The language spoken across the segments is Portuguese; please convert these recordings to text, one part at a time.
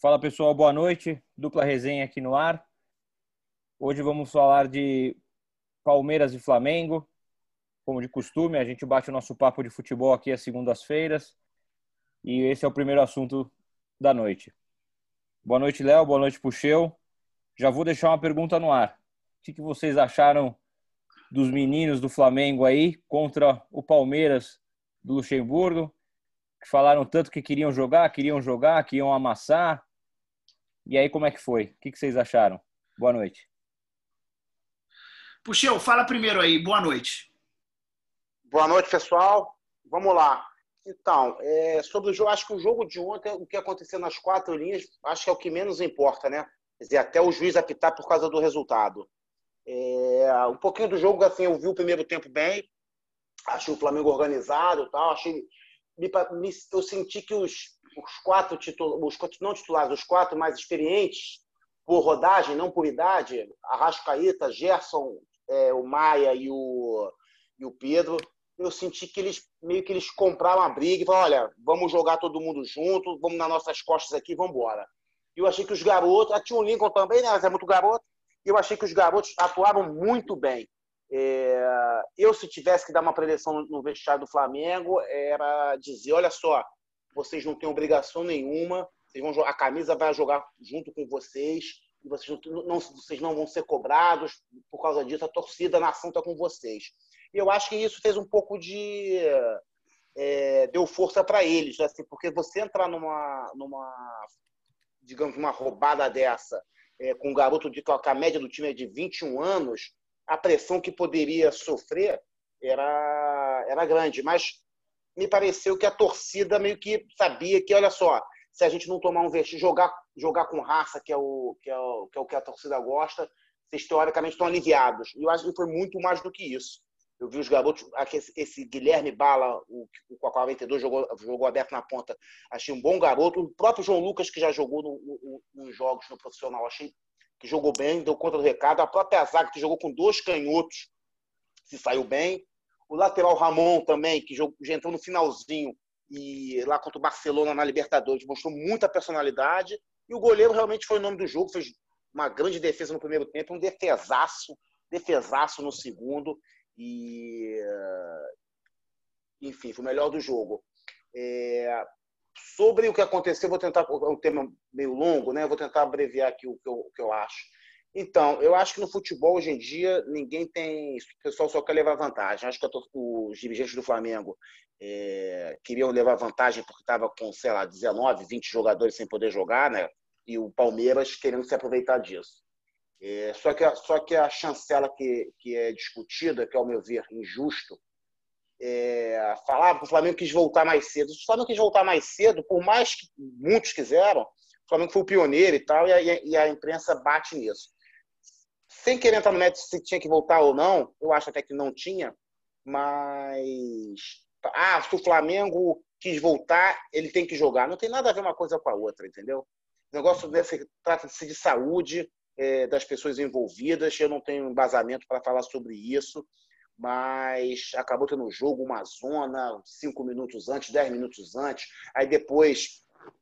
Fala pessoal, boa noite. Dupla resenha aqui no ar. Hoje vamos falar de Palmeiras e Flamengo. Como de costume, a gente bate o nosso papo de futebol aqui às segundas-feiras. E esse é o primeiro assunto da noite. Boa noite, Léo. Boa noite, Puxeu. Já vou deixar uma pergunta no ar. O que vocês acharam dos meninos do Flamengo aí contra o Palmeiras do Luxemburgo? Que falaram tanto que queriam jogar, que iam amassar. E aí, como é que foi? O que vocês acharam? Boa noite. Puxeu, fala primeiro aí. Boa noite. Boa noite, pessoal. Vamos lá. Então, sobre o jogo, acho que o jogo de ontem, o que aconteceu nas quatro linhas, acho que é o que menos importa, né? Quer dizer, até o juiz apitar por causa do resultado. Um pouquinho do jogo, assim, eu vi o primeiro tempo bem, achei o Flamengo organizado e tal, eu senti que os quatro não titulares, os quatro mais experientes, por rodagem, não por idade, Arrascaeta, Gerson, o Maia e o Pedro, eu senti que eles meio que eles compraram a briga e falaram, olha, vamos jogar todo mundo junto, vamos nas nossas costas aqui, vamos embora. E eu achei que os garotos, tinha o Lincoln também, né, mas é muito garoto, e eu achei que os garotos atuaram muito bem. Eu, se tivesse que dar uma preleção no vestiário do Flamengo, era dizer, olha só, vocês não têm obrigação nenhuma, a camisa vai jogar junto com vocês, e vocês não vão ser cobrados por causa disso, a torcida, a nação está com vocês. E eu acho que isso fez um pouco deu força para eles, assim, porque você entrar digamos, uma roubada dessa, com um garoto que a média do time é de 21 anos, a pressão que poderia sofrer era grande, mas me pareceu que a torcida meio que sabia que, olha só, se a gente não tomar um vestir, jogar com raça, que é o que a torcida gosta, vocês teoricamente estão aliviados. E eu acho que foi muito mais do que isso. Eu vi os garotos, esse Guilherme Bala, com a 42, jogou aberto na ponta, achei um bom garoto. O próprio João Lucas, que já jogou nos jogos no profissional, achei que jogou bem, deu conta do recado. A própria zaga, que jogou com 2 canhotos, se saiu bem. O lateral Ramon também, que já entrou no finalzinho, e lá contra o Barcelona na Libertadores, mostrou muita personalidade. E o goleiro realmente foi o nome do jogo, fez uma grande defesa no primeiro tempo, um defesaço no segundo. E, enfim, foi o melhor do jogo. Sobre o que aconteceu, vou tentar, é um tema meio longo, né? Vou tentar abreviar aqui o que eu acho. Então, eu acho que no futebol, hoje em dia, ninguém tem... O pessoal só quer levar vantagem. Acho que os dirigentes do Flamengo queriam levar vantagem porque estava com, sei lá, 19, 20 jogadores sem poder jogar, né? E o Palmeiras querendo se aproveitar disso. Só que a chancela que é discutida, que, ao meu ver, injusto, falava que o Flamengo quis voltar mais cedo. O Flamengo quis voltar mais cedo, por mais que muitos quiseram, o Flamengo foi o pioneiro e tal, e a imprensa bate nisso. Sem querer entrar no mérito se tinha que voltar ou não, eu acho até que não tinha, mas se o Flamengo quis voltar, ele tem que jogar. Não tem nada a ver uma coisa com a outra, entendeu? O negócio trata-se de saúde das pessoas envolvidas. Eu não tenho embasamento para falar sobre isso, mas acabou tendo um jogo, uma zona, 5 minutos antes, 10 minutos antes, aí depois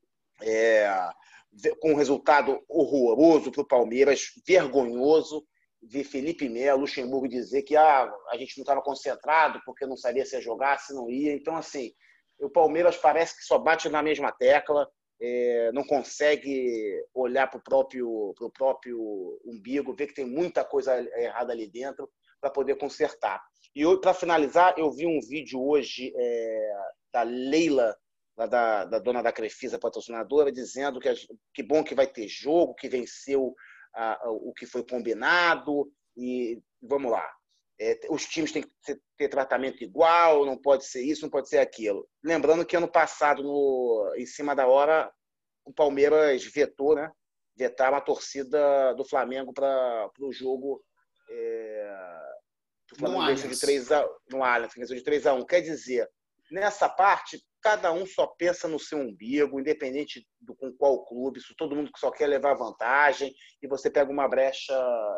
com um resultado horroroso para o Palmeiras, vergonhoso, ver Felipe Melo, Luxemburgo dizer que a gente não estava concentrado porque não sabia se ia jogar, se não ia. Então, assim, o Palmeiras parece que só bate na mesma tecla, não consegue olhar para o próprio umbigo, ver que tem muita coisa errada ali dentro para poder consertar. E para finalizar, eu vi um vídeo hoje da Leila, da dona da Crefisa, patrocinadora, dizendo que bom que vai ter jogo, que venceu o que foi combinado, e vamos lá. Os times têm que ter tratamento igual, não pode ser isso, não pode ser aquilo. Lembrando que ano passado, em cima da hora, o Palmeiras vetou, né? Vetaram a torcida do Flamengo para o jogo. O Flamengo venceu de 3-1. Quer dizer, nessa parte, cada um só pensa no seu umbigo, independente com qual clube, se todo mundo só quer levar vantagem, e você pega uma brecha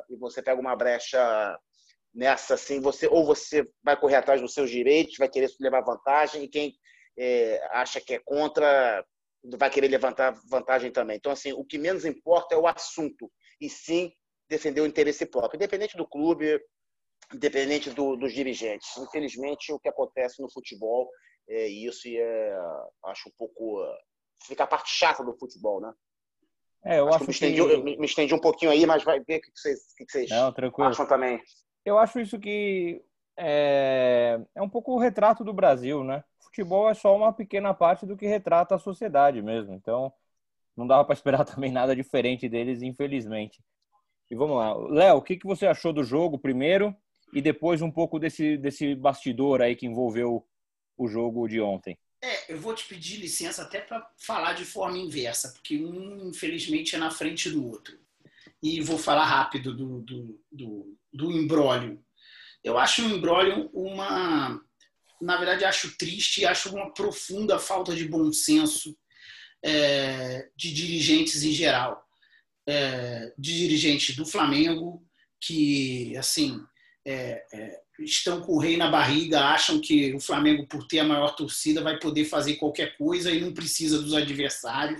nessa, assim, você vai correr atrás dos seus direitos, vai querer levar vantagem, e quem acha que é contra vai querer levantar vantagem também. Então, assim, o que menos importa é o assunto, e sim defender o interesse próprio, independente do clube, independente dos dirigentes. Infelizmente, o que acontece no futebol é isso, e acho um pouco... fica a parte chata do futebol, né? Eu acho eu me estendi um pouquinho aí, mas vai ver o que vocês Não, tranquilo. acham também. Eu acho isso que é um pouco o retrato do Brasil, né? Futebol é só uma pequena parte do que retrata a sociedade mesmo. Então, não dava para esperar também nada diferente deles, infelizmente. E vamos lá. Léo, o que você achou do jogo primeiro e depois um pouco desse bastidor aí que envolveu o jogo de ontem? Eu vou te pedir licença até para falar de forma inversa, porque um, infelizmente, é na frente do outro. E vou falar rápido do imbróglio. Eu acho o imbróglio na verdade, acho triste e acho uma profunda falta de bom senso de dirigentes em geral. De dirigentes do Flamengo que, assim, estão com o rei na barriga, acham que o Flamengo, por ter a maior torcida, vai poder fazer qualquer coisa e não precisa dos adversários.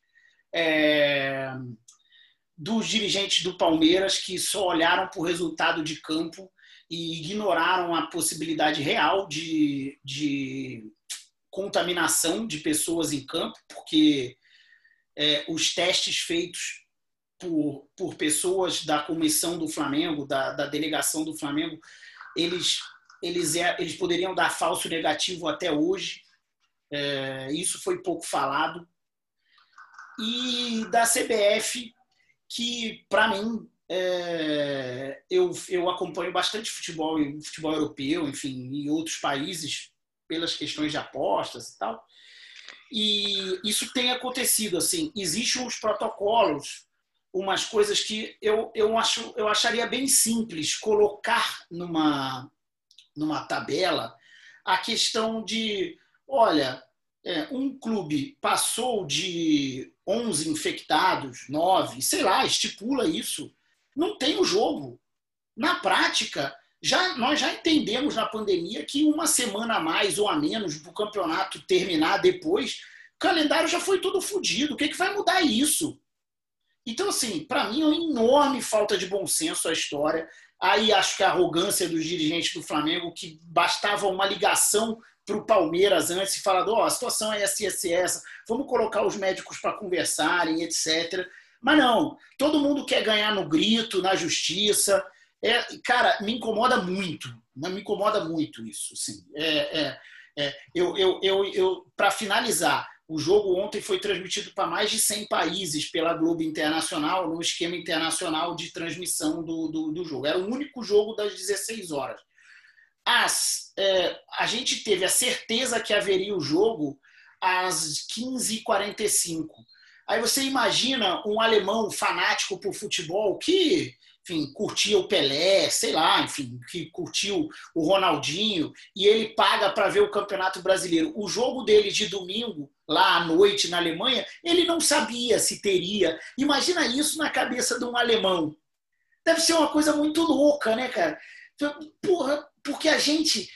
Dos dirigentes do Palmeiras que só olharam para o resultado de campo e ignoraram a possibilidade real de contaminação de pessoas em campo, porque os testes feitos por pessoas da comissão do Flamengo, da delegação do Flamengo, eles poderiam dar falso negativo até hoje. Isso foi pouco falado. E da CBF, que, para mim, eu acompanho bastante futebol europeu, enfim, e outros países, pelas questões de apostas e tal. E isso tem acontecido, assim, existem uns protocolos, umas coisas que eu acharia bem simples colocar numa tabela a questão de, olha, um clube passou de 11 infectados, 9, sei lá, estipula isso, não tem o jogo. Na prática, nós já entendemos na pandemia que uma semana a mais ou a menos para o campeonato terminar depois, o calendário já foi todo fodido. O que vai mudar isso? Então, assim, para mim é uma enorme falta de bom senso a história. Aí acho que a arrogância dos dirigentes do Flamengo, que bastava uma ligação para o Palmeiras antes e falar, a situação é essa, vamos colocar os médicos para conversarem, etc. Mas não, todo mundo quer ganhar no grito, na justiça. Cara, me incomoda muito isso. Assim. Para finalizar, o jogo ontem foi transmitido para mais de 100 países pela Globo Internacional, no esquema internacional de transmissão do jogo. Era o único jogo das 16 horas. A gente teve a certeza que haveria o jogo às 15h45. Aí você imagina um alemão fanático por futebol que, enfim, curtia o Pelé, sei lá, enfim, que curtiu o Ronaldinho, e ele paga para ver o Campeonato Brasileiro. O jogo dele de domingo, lá à noite na Alemanha, ele não sabia se teria. Imagina isso na cabeça de um alemão. Deve ser uma coisa muito louca, né, cara? Porra, porque a gente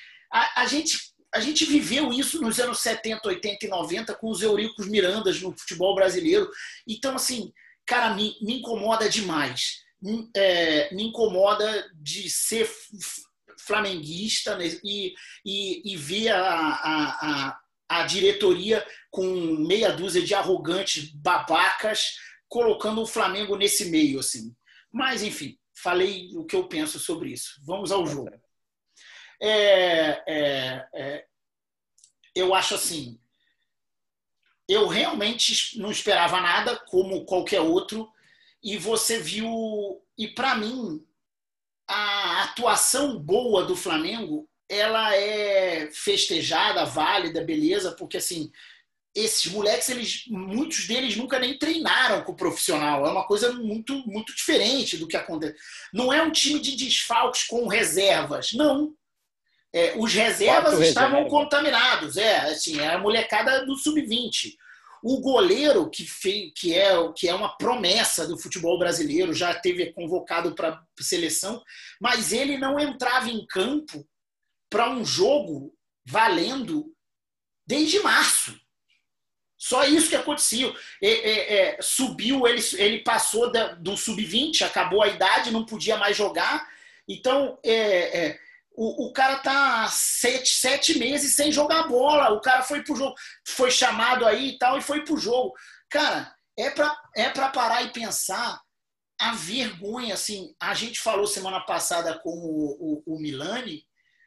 viveu isso nos anos 70, 80 e 90 com os Euricos Mirandas no futebol brasileiro. Então, assim, cara, me incomoda demais. Me incomoda de ser flamenguista, né, e ver a diretoria com meia dúzia de arrogantes babacas colocando o Flamengo nesse meio, assim. Mas, enfim, falei o que eu penso sobre isso. Vamos ao jogo. Eu acho assim, eu realmente não esperava nada, como qualquer outro, e você viu, e para mim, a atuação boa do Flamengo, ela é festejada, válida, beleza, porque assim, esses moleques, muitos deles nunca nem treinaram com o profissional. É uma coisa muito, muito diferente do que acontece. Não é um time de desfalques com reservas, não. Os reservas estavam contaminados. Assim, é a molecada do sub-20. O goleiro, que é uma promessa do futebol brasileiro, já teve convocado para seleção, mas ele não entrava em campo para um jogo valendo desde março. Só isso que aconteceu. Subiu, ele passou do sub-20, acabou a idade, não podia mais jogar. Então, o cara tá 7 meses sem jogar bola. O cara foi pro jogo, foi chamado aí e tal, e foi pro jogo. Cara, é pra parar e pensar a vergonha, assim. A gente falou semana passada com o Milani,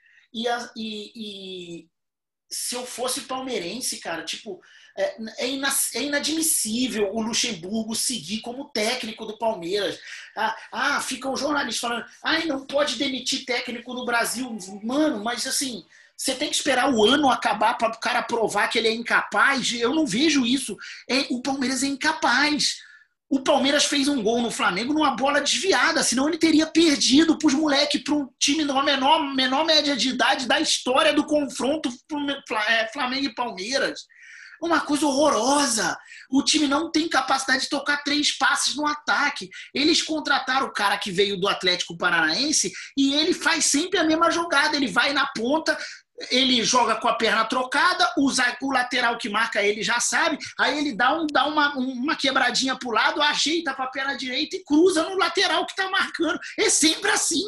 e se eu fosse palmeirense, cara, tipo, é inadmissível o Luxemburgo seguir como técnico do Palmeiras. Ficam jornalistas falando, não pode demitir técnico no Brasil. Mano, mas assim, você tem que esperar o ano acabar para o cara provar que ele é incapaz. Eu não vejo isso. O Palmeiras é incapaz. O Palmeiras fez um gol no Flamengo numa bola desviada, senão ele teria perdido para os moleques, para um time da menor média de idade da história do confronto Flamengo e Palmeiras. Uma coisa horrorosa. O time não tem capacidade de tocar 3 passes no ataque. Eles contrataram o cara que veio do Atlético Paranaense e ele faz sempre a mesma jogada. Ele vai na ponta, ele joga com a perna trocada, o lateral que marca ele já sabe, aí ele dá uma quebradinha pro lado, ajeita para a perna direita e cruza no lateral que tá marcando. É sempre assim.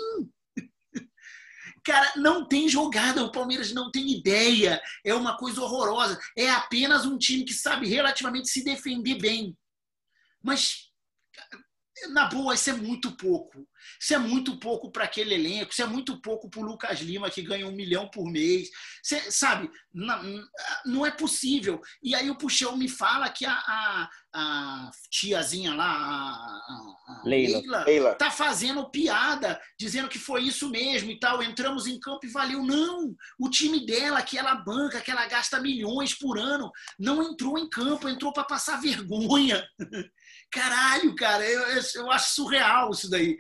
Cara, não tem jogada, o Palmeiras não tem ideia, é uma coisa horrorosa. É apenas um time que sabe relativamente se defender bem. Mas, na boa, isso é muito pouco. Isso é muito pouco para aquele elenco, isso é muito pouco para o Lucas Lima, que ganha 1 milhão por mês. Você, sabe, não é possível. E aí o Puxão me fala que a tiazinha lá, a Leila, tá fazendo piada, dizendo que foi isso mesmo e tal. Entramos em campo e valeu. Não! O time dela, que ela banca, que ela gasta milhões por ano, não entrou em campo, entrou para passar vergonha. Caralho, cara, eu acho surreal isso daí.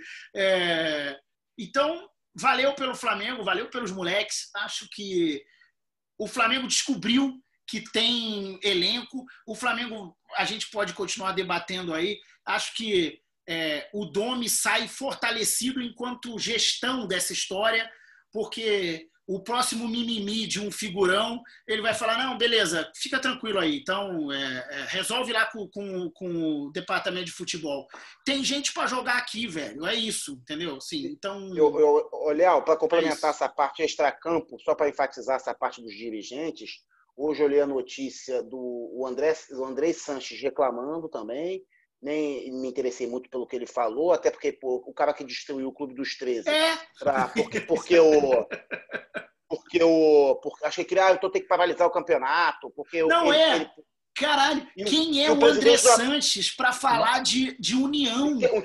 Então, valeu pelo Flamengo, valeu pelos moleques. Acho que o Flamengo descobriu que tem elenco. O Flamengo, a gente pode continuar debatendo aí. Acho que o Domi sai fortalecido enquanto gestão dessa história, porque o próximo mimimi de um figurão, ele vai falar, não, beleza, fica tranquilo aí, então resolve lá com o departamento de futebol. Tem gente para jogar aqui, velho, é isso, entendeu? Sim, então... Léo, para complementar essa parte extracampo, só para enfatizar essa parte dos dirigentes, hoje eu li a notícia do André Sanches reclamando também, nem me interessei muito pelo que ele falou, até porque o cara que destruiu o Clube dos 13, achei que eu tenho que paralisar o campeontro, porque caralho, quem é o André Sanches para falar de união? Um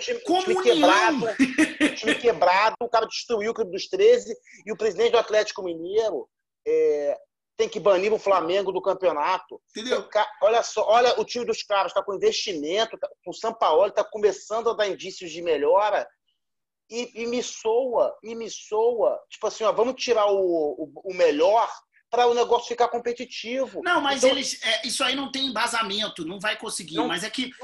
time quebrado, o cara destruiu o Clube dos 13 e o presidente do Atlético Mineiro tem que banir o Flamengo do campeonato. Entendeu? Olha só, olha o time dos caras, está com investimento, o Sampaoli está começando a dar indícios de melhora e me soa, tipo assim, vamos tirar o melhor para o negócio ficar competitivo. Não, mas então, isso aí não tem embasamento, não vai conseguir. Mas é que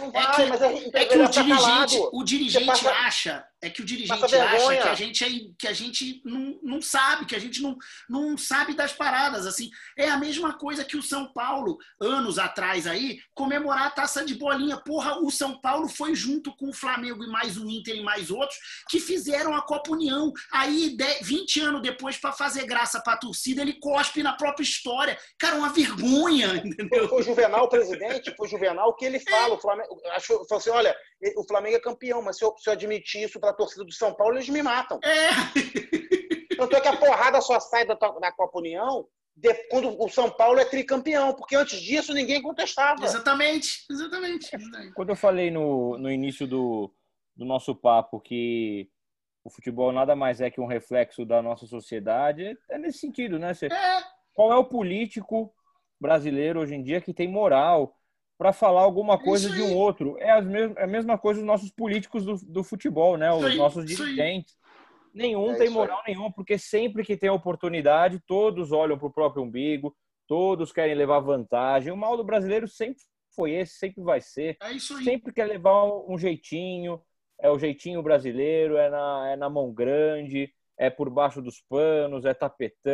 o dirigente acha que a gente não sabe, que a gente não sabe das paradas. Assim, é a mesma coisa que o São Paulo, anos atrás aí, comemorar a taça de bolinha. Porra, o São Paulo foi junto com o Flamengo e mais o Inter e mais outros que fizeram a Copa União. Aí, 20 anos depois, para fazer graça para a torcida, ele cospe na própria história. Cara, uma vergonha, entendeu? Foi o Juvenal, o presidente, que ele fala. O Flamengo, falou assim, olha, o Flamengo é campeão, mas se eu admitir isso para a torcida do São Paulo, eles me matam. Tanto é que a porrada só sai da Copa União quando o São Paulo é tricampeão, porque antes disso ninguém contestava. Exatamente. Quando eu falei no início do nosso papo que o futebol nada mais é que um reflexo da nossa sociedade, é nesse sentido, né? Qual é o político brasileiro hoje em dia que tem moral para falar alguma coisa de um outro? É a mesma coisa dos nossos políticos do futebol, né? Os nossos dirigentes. Nenhum tem moral nenhuma, porque sempre que tem oportunidade, todos olham para o próprio umbigo, todos querem levar vantagem. O mal do brasileiro sempre foi esse, sempre vai ser. É isso aí. Sempre quer levar um jeitinho, é o jeitinho brasileiro, é na mão grande, é por baixo dos panos, é tapetão,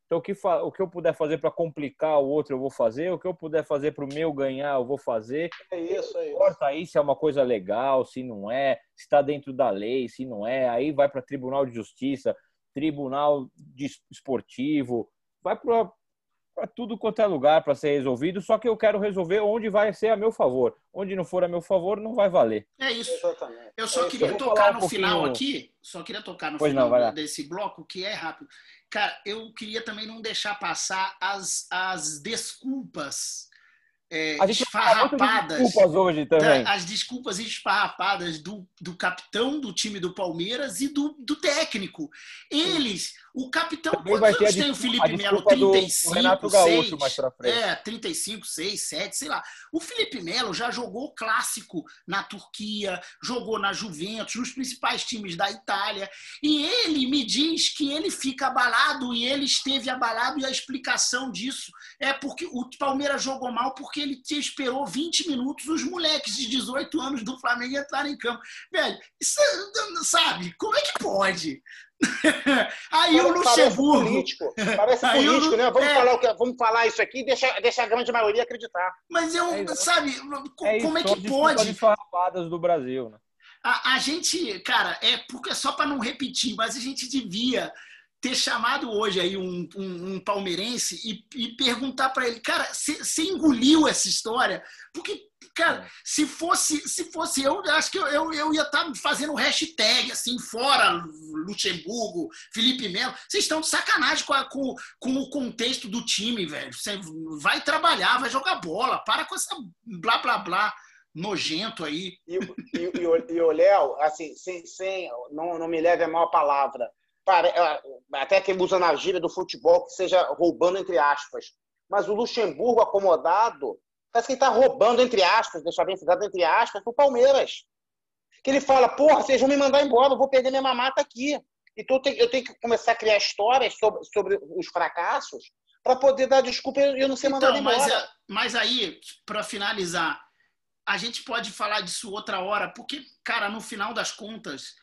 Então, o que eu puder fazer para complicar o outro, eu vou fazer. O que eu puder fazer para o meu ganhar, eu vou fazer. É isso, é Não isso. importa aí se é uma coisa legal, se não é, se está dentro da lei, se não é. Aí vai para Tribunal de Justiça, Tribunal Esportivo, vai para tudo quanto é lugar para ser resolvido. Só que eu quero resolver onde vai ser a meu favor. Onde não for a meu favor, não vai valer. É isso. Exatamente. Eu só É queria vou tocar falar no pouquinho... final aqui, só queria tocar no Pois não, final vai lá. desse bloco, que é rápido. Cara, eu queria também não deixar passar as desculpas A gente vai falar muito de esfarrapadas, desculpas hoje também. as desculpas esfarrapadas do capitão do time do Palmeiras e do técnico. O capitão, Também vai quantos ter anos tem o Felipe Melo? desculpa do 35, Renato Gaúcho 6? mais pra frente. 35, 6, 7, sei lá. O Felipe Melo já jogou clássico na Turquia, jogou na Juventus, nos principais times da Itália, e ele me diz que ele fica abalado, e ele esteve abalado, e a explicação disso é porque o Palmeiras jogou mal porque ele esperou 20 minutos os moleques de 18 anos do Flamengo entrarem em campo. Velho, isso, sabe, como é que pode? Aí o Luxemburgo... Parece político, né? Vamos falar isso aqui e deixar a grande maioria acreditar. Mas sabe, como é São que pode? as esfarrapadas do Brasil, né? A gente, cara, porque só para não repetir, mas a gente devia ter chamado hoje aí um palmeirense e perguntar para ele, cara, você engoliu essa história? Porque, cara, se fosse eu, acho que eu ia estar fazendo hashtag, assim, fora Luxemburgo, Felipe Melo. Vocês estão de sacanagem com o contexto do time, velho. Você vai trabalhar, vai jogar bola, para com essa blá, blá, blá nojento aí. E o Léo, assim, não me leve a mal a palavra, até que usa na gíria do futebol, que seja roubando entre aspas. Mas o Luxemburgo acomodado, parece que ele está roubando entre aspas, deixar bem frisado entre aspas, pro Palmeiras. Que ele fala, porra, vocês vão me mandar embora, eu vou perder minha mamata aqui. Então eu tenho que começar a criar histórias sobre os fracassos para poder dar desculpa e eu não ser mandado embora. Mas aí, para finalizar, a gente pode falar disso outra hora, porque, cara, no final das contas,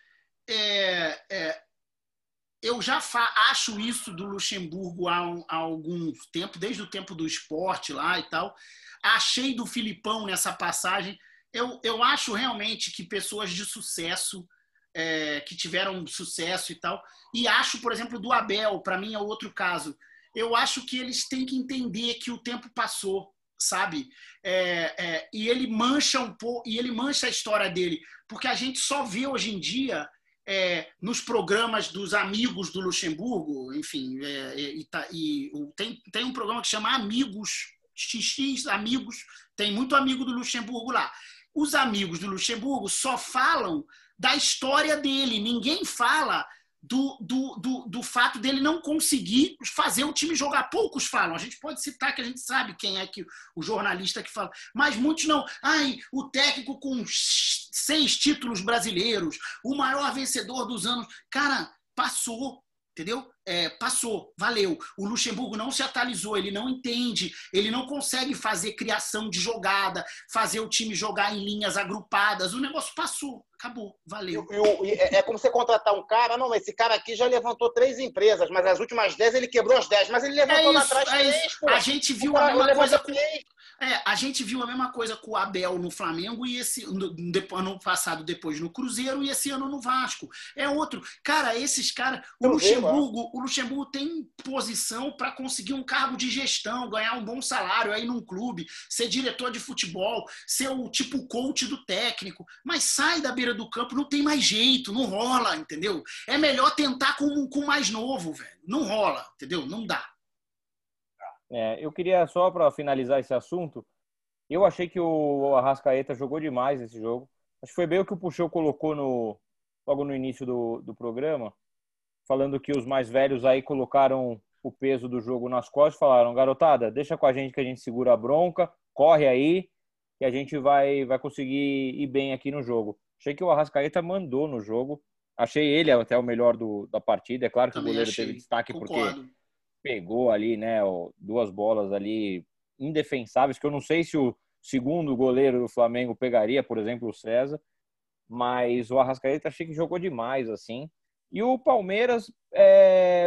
eu já acho isso do Luxemburgo há algum tempo, desde o tempo do esporte lá e tal. Achei do Filipão nessa passagem. Eu acho realmente que pessoas de sucesso, que tiveram sucesso e tal, e acho, por exemplo, do Abel, para mim é outro caso. Eu acho que eles têm que entender que o tempo passou, sabe? E ele mancha um pouco, e ele mancha a história dele, porque a gente só vê hoje em dia nos programas dos amigos do Luxemburgo, enfim, tem um programa que chama Amigos, XX Amigos, tem muito amigo do Luxemburgo lá. Os amigos do Luxemburgo só falam da história dele, ninguém fala do fato dele não conseguir fazer o time jogar. Poucos falam. A gente pode citar que a gente sabe quem é que o jornalista que fala, mas muitos não. O técnico com 6 títulos brasileiros, o maior vencedor dos anos. Cara, passou, entendeu? Passou, valeu. O Luxemburgo não se atualizou, ele não entende, ele não consegue fazer criação de jogada, fazer o time jogar em linhas agrupadas. O negócio passou, acabou, valeu. É como você contratar um cara, não, mas esse cara aqui já levantou 3 empresas, mas as últimas 10 ele quebrou as 10, mas ele levantou lá atrás 3, pô. A gente viu a mesma coisa com... a gente viu a mesma coisa com o Abel no Flamengo e ano passado depois no Cruzeiro e esse ano no Vasco. É outro. Cara, esses caras... O Luxemburgo tem posição para conseguir um cargo de gestão, ganhar um bom salário aí num clube, ser diretor de futebol, ser o tipo coach do técnico, mas sai da beira do campo, não tem mais jeito, não rola, entendeu? É melhor tentar com mais novo, velho. Não rola, entendeu? Não dá. Eu queria só para finalizar esse assunto, eu achei que o Arrascaeta jogou demais esse jogo. Acho que foi bem o que o Puxeu colocou logo no início do programa, falando que os mais velhos aí colocaram o peso do jogo nas costas, falaram, garotada, deixa com a gente que a gente segura a bronca, corre aí, que a gente vai conseguir ir bem aqui no jogo. Achei que o Arrascaeta mandou no jogo, achei ele até o melhor da partida, é claro que também o goleiro teve destaque concordo. Porque pegou ali, né, 2 bolas ali indefensáveis, que eu não sei se o segundo goleiro do Flamengo pegaria, por exemplo, o César, mas o Arrascaeta achei que jogou demais, assim. E o Palmeiras,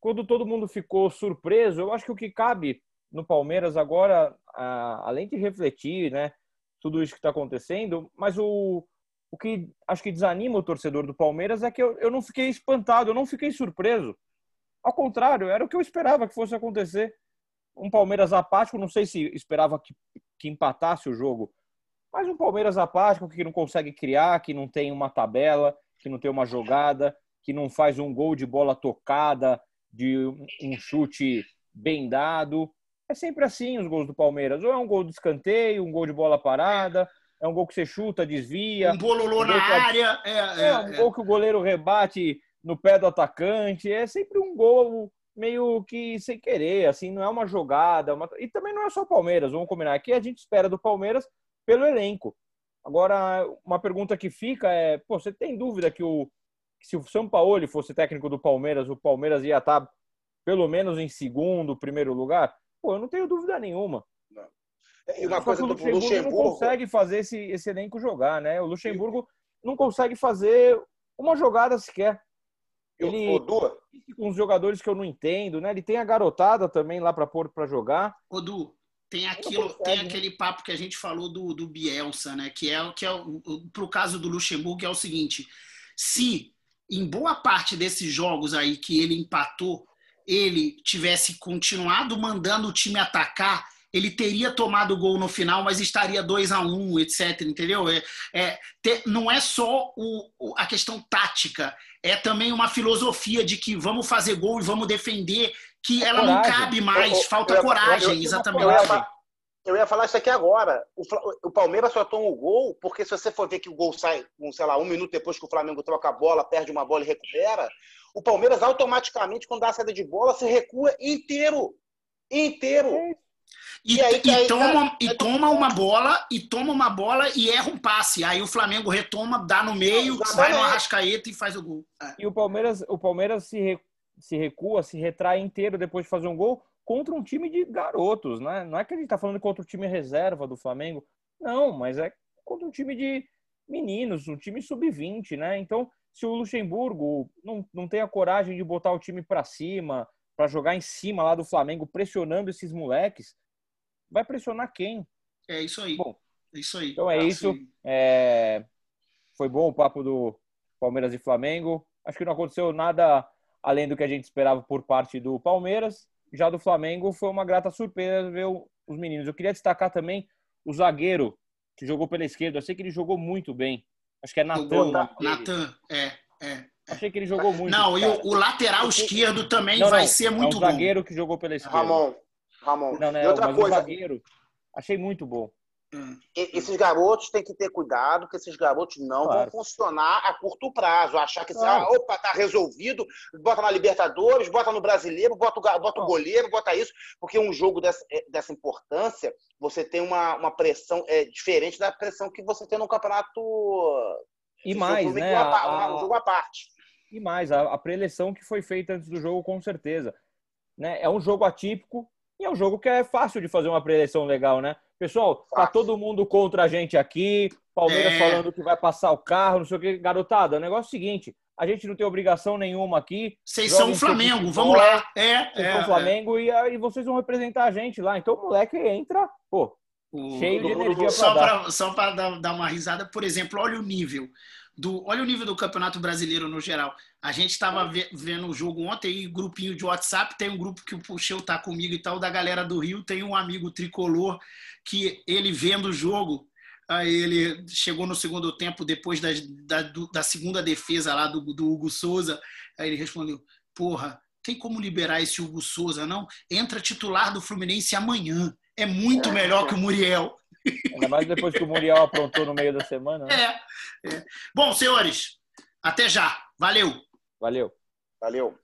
quando todo mundo ficou surpreso, eu acho que o que cabe no Palmeiras agora, além de refletir, né, tudo isso que está acontecendo, mas o que acho que desanima o torcedor do Palmeiras é que eu não fiquei espantado, eu não fiquei surpreso. Ao contrário, era o que eu esperava que fosse acontecer. Um Palmeiras apático, não sei se esperava que empatasse o jogo, mas um Palmeiras apático que não consegue criar, que não tem uma tabela, que não tem uma jogada, que não faz um gol de bola tocada, de um chute bem dado. É sempre assim os gols do Palmeiras. Ou é um gol de escanteio, um gol de bola parada, é um gol que você chuta, desvia. Um bololô na área. Um gol que o goleiro rebate no pé do atacante. É sempre um gol meio que sem querer, assim, não é uma jogada. E também não é só o Palmeiras, vamos combinar. Aqui a gente espera do Palmeiras pelo elenco. Agora, uma pergunta que fica é, pô, você tem dúvida que se o Sampaoli fosse técnico do Palmeiras, o Palmeiras ia estar pelo menos em segundo, primeiro lugar? Pô, eu não tenho dúvida nenhuma. Não. E uma coisa do Luxemburgo não consegue fazer esse elenco jogar, né? O Luxemburgo não consegue fazer uma jogada sequer. Ele com os jogadores que eu não entendo, né? Ele tem a garotada também lá para pôr para jogar. Du, tem aquele papo que a gente falou do Bielsa, né? Que é pro caso do Luxemburgo, é o seguinte: se em boa parte desses jogos aí que ele empatou, ele tivesse continuado mandando o time atacar, ele teria tomado o gol no final, mas estaria 2-1, etc. Entendeu? Não é só a questão tática, é também uma filosofia de que vamos fazer gol e vamos defender, que ela coragem. Não cabe mais, falta coragem, exatamente. Eu ia falar isso aqui agora. O Palmeiras só toma o gol porque se você for ver que o gol sai, sei lá, 1 minuto depois que o Flamengo troca a bola, perde uma bola e recupera, o Palmeiras automaticamente, quando dá a saída de bola, se recua inteiro. Toma uma bola e erra um passe. Aí o Flamengo retoma, dá no meio, vai no Arrascaeta e faz o gol. E o Palmeiras se recua, se retrai inteiro depois de fazer um gol contra um time de garotos, né? Não é que a gente tá falando contra o time reserva do Flamengo. Não, mas é contra um time de meninos, um time sub-20, né? Então, se o Luxemburgo não tem a coragem de botar o time para cima, para jogar em cima lá do Flamengo, pressionando esses moleques, vai pressionar quem? É isso aí. Bom, é isso aí. Então é isso. Foi bom o papo do Palmeiras e Flamengo. Acho que não aconteceu nada além do que a gente esperava por parte do Palmeiras. Já do Flamengo foi uma grata surpresa ver os meninos. Eu queria destacar também o zagueiro que jogou pela esquerda. Eu sei que ele jogou muito bem. Acho que é Natan. Achei que ele jogou muito. Não, e o lateral esquerdo também vai ser muito bom. É o zagueiro que jogou pela esquerda. Ramon. Não, e outra coisa, o zagueiro, achei muito bom. Esses garotos têm que ter cuidado, que esses garotos não vão funcionar a curto prazo. Achar que tá resolvido, bota na Libertadores, bota no Brasileiro, bota o goleiro, bota isso, porque um jogo dessa importância, você tem uma pressão diferente da pressão que você tem no campeonato. E mais, né? Um jogo à parte. E mais, a preleção que foi feita antes do jogo, com certeza. Né? É um jogo atípico e é um jogo que é fácil de fazer uma preleção legal, né? Pessoal, tá todo mundo contra a gente aqui, Palmeiras falando que vai passar o carro, não sei o que. Garotada, o negócio é o seguinte, a gente não tem obrigação nenhuma aqui. Vocês são o Flamengo, vamos lá. Vocês são o Flamengo e aí vocês vão representar a gente lá. Então o moleque entra, cheio de energia pra dar. Só para dar uma risada, por exemplo, olha o nível do Campeonato Brasileiro no geral. A gente estava vendo o jogo ontem, e grupinho de WhatsApp, tem um grupo que o Puxeu tá comigo e tal, da galera do Rio, tem um amigo tricolor que ele vendo o jogo, aí ele chegou no segundo tempo, depois da segunda defesa lá do Hugo Souza, aí ele respondeu, porra, tem como liberar esse Hugo Souza, não? Entra titular do Fluminense amanhã, é muito melhor que o Muriel. Ainda mais depois que o Muriel aprontou no meio da semana. Né? Bom, senhores, até já. Valeu. Valeu.